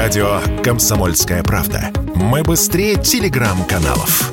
Радио «Комсомольская правда». Мы быстрее телеграм-каналов.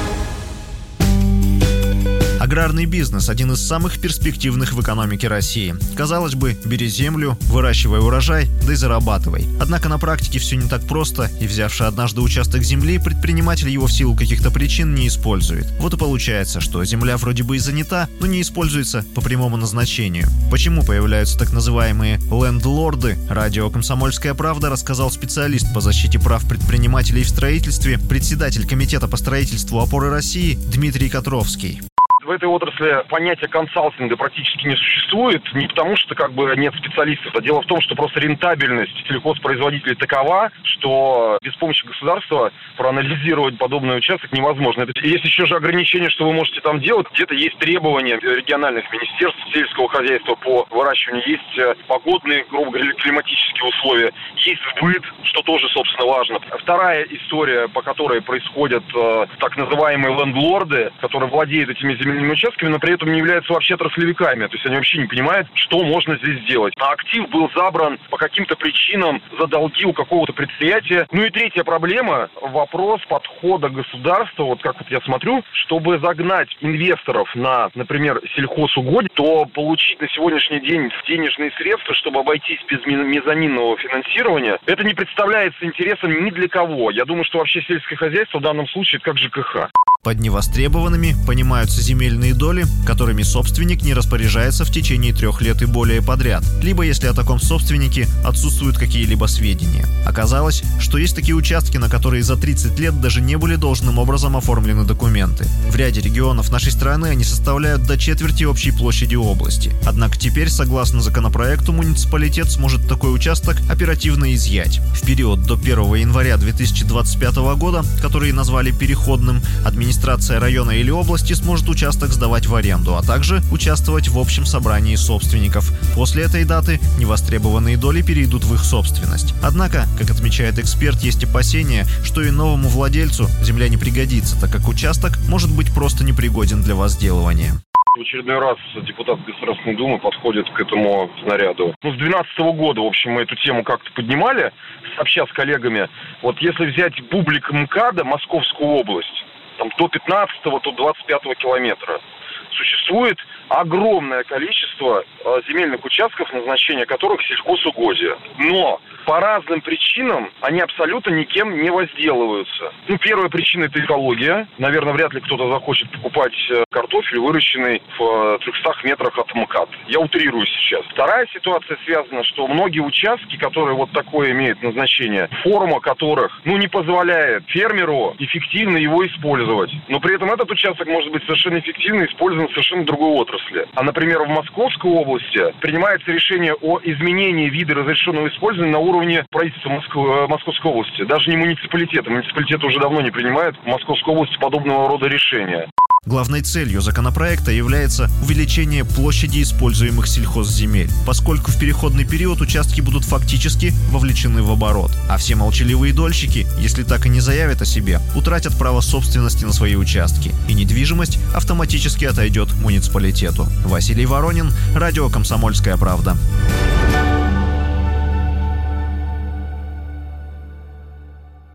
Аграрный бизнес – один из самых перспективных в экономике России. Казалось бы, бери землю, выращивай урожай, да и зарабатывай. Однако на практике все не так просто, и взявший однажды участок земли, предприниматель его в силу каких-то причин не использует. Вот и получается, что земля вроде бы и занята, но не используется по прямому назначению. Почему появляются так называемые лендлорды? Радио «Комсомольская правда» рассказал специалист по защите прав предпринимателей в строительстве, председатель комитета по строительству «Опоры России» Дмитрий Котровский. В этой отрасли понятия консалтинга практически не существует, не потому что нет специалистов, а дело в том, что просто рентабельность сельхозпроизводителей такова, что без помощи государства проанализировать подобный участок невозможно. Есть еще же ограничения, что вы можете там делать. Где-то есть требования региональных министерств сельского хозяйства по выращиванию, есть погодные, грубо говоря, климатические условия, есть сбыт, что тоже, собственно, важно. Вторая история, по которой происходят так называемые лендлорды, которые владеют этими земельными участками, но при этом не являются вообще отраслевиками. То есть они вообще не понимают, что можно здесь сделать. А актив был забран по каким-то причинам за долги у какого-то предприятия. Ну и третья проблема – вопрос подхода государства. Я смотрю, чтобы загнать инвесторов на, например, сельхозугодие, то получить на сегодняшний день денежные средства, чтобы обойтись без мезонинного финансирования, это не представляется интересом ни для кого. Я думаю, что вообще сельское хозяйство в данном случае это как ЖКХ. Под невостребованными понимаются земельные доли, которыми собственник не распоряжается в течение 3 лет и более подряд, либо если о таком собственнике отсутствуют какие-либо сведения. Оказалось, что есть такие участки, на которые за 30 лет даже не были должным образом оформлены документы. В ряде регионов нашей страны они составляют до четверти общей площади области. Однако теперь, согласно законопроекту, муниципалитет сможет такой участок оперативно изъять. В период до 1 января 2025 года, который назвали переходным, администрация района или области сможет участок сдавать в аренду, а также участвовать в общем собрании собственников. После этой даты невостребованные доли перейдут в их собственность. Однако, как отмечает эксперт, есть опасения, что и новому владельцу земля не пригодится, так как участок может быть просто непригоден для возделывания. В очередной раз депутат Государственной Думы подходит к этому снаряду. С 2012 года, в общем, мы эту тему как-то поднимали, сообща с коллегами. Если взять бублик МКАДа, Московскую область, до 15-го, то 25-го километра, существует огромное количество земельных участков, назначение которых сельхозугодие. Но по разным причинам они абсолютно никем не возделываются. Первая причина – это экология. Наверное, вряд ли кто-то захочет покупать картофель, выращенный в 300 метрах от МКАД. Я утрирую сейчас. Вторая ситуация связана, что многие участки, которые такое имеют назначение, форма которых, не позволяет фермеру эффективно его использовать. Но при этом этот участок может быть совершенно эффективно использован в совершенно другой отрасли. А, например, в Московской области принимается решение о изменении вида разрешенного использования на уровне правительства Московской области. Даже не муниципалитета. Муниципалитеты уже давно не принимают в Московской области подобного рода решения. Главной целью законопроекта является увеличение площади используемых сельхозземель, поскольку в переходный период участки будут фактически вовлечены в оборот. А все молчаливые дольщики, если так и не заявят о себе, утратят право собственности на свои участки, и недвижимость автоматически отойдет муниципалитету. Василий Воронин, радио «Комсомольская правда».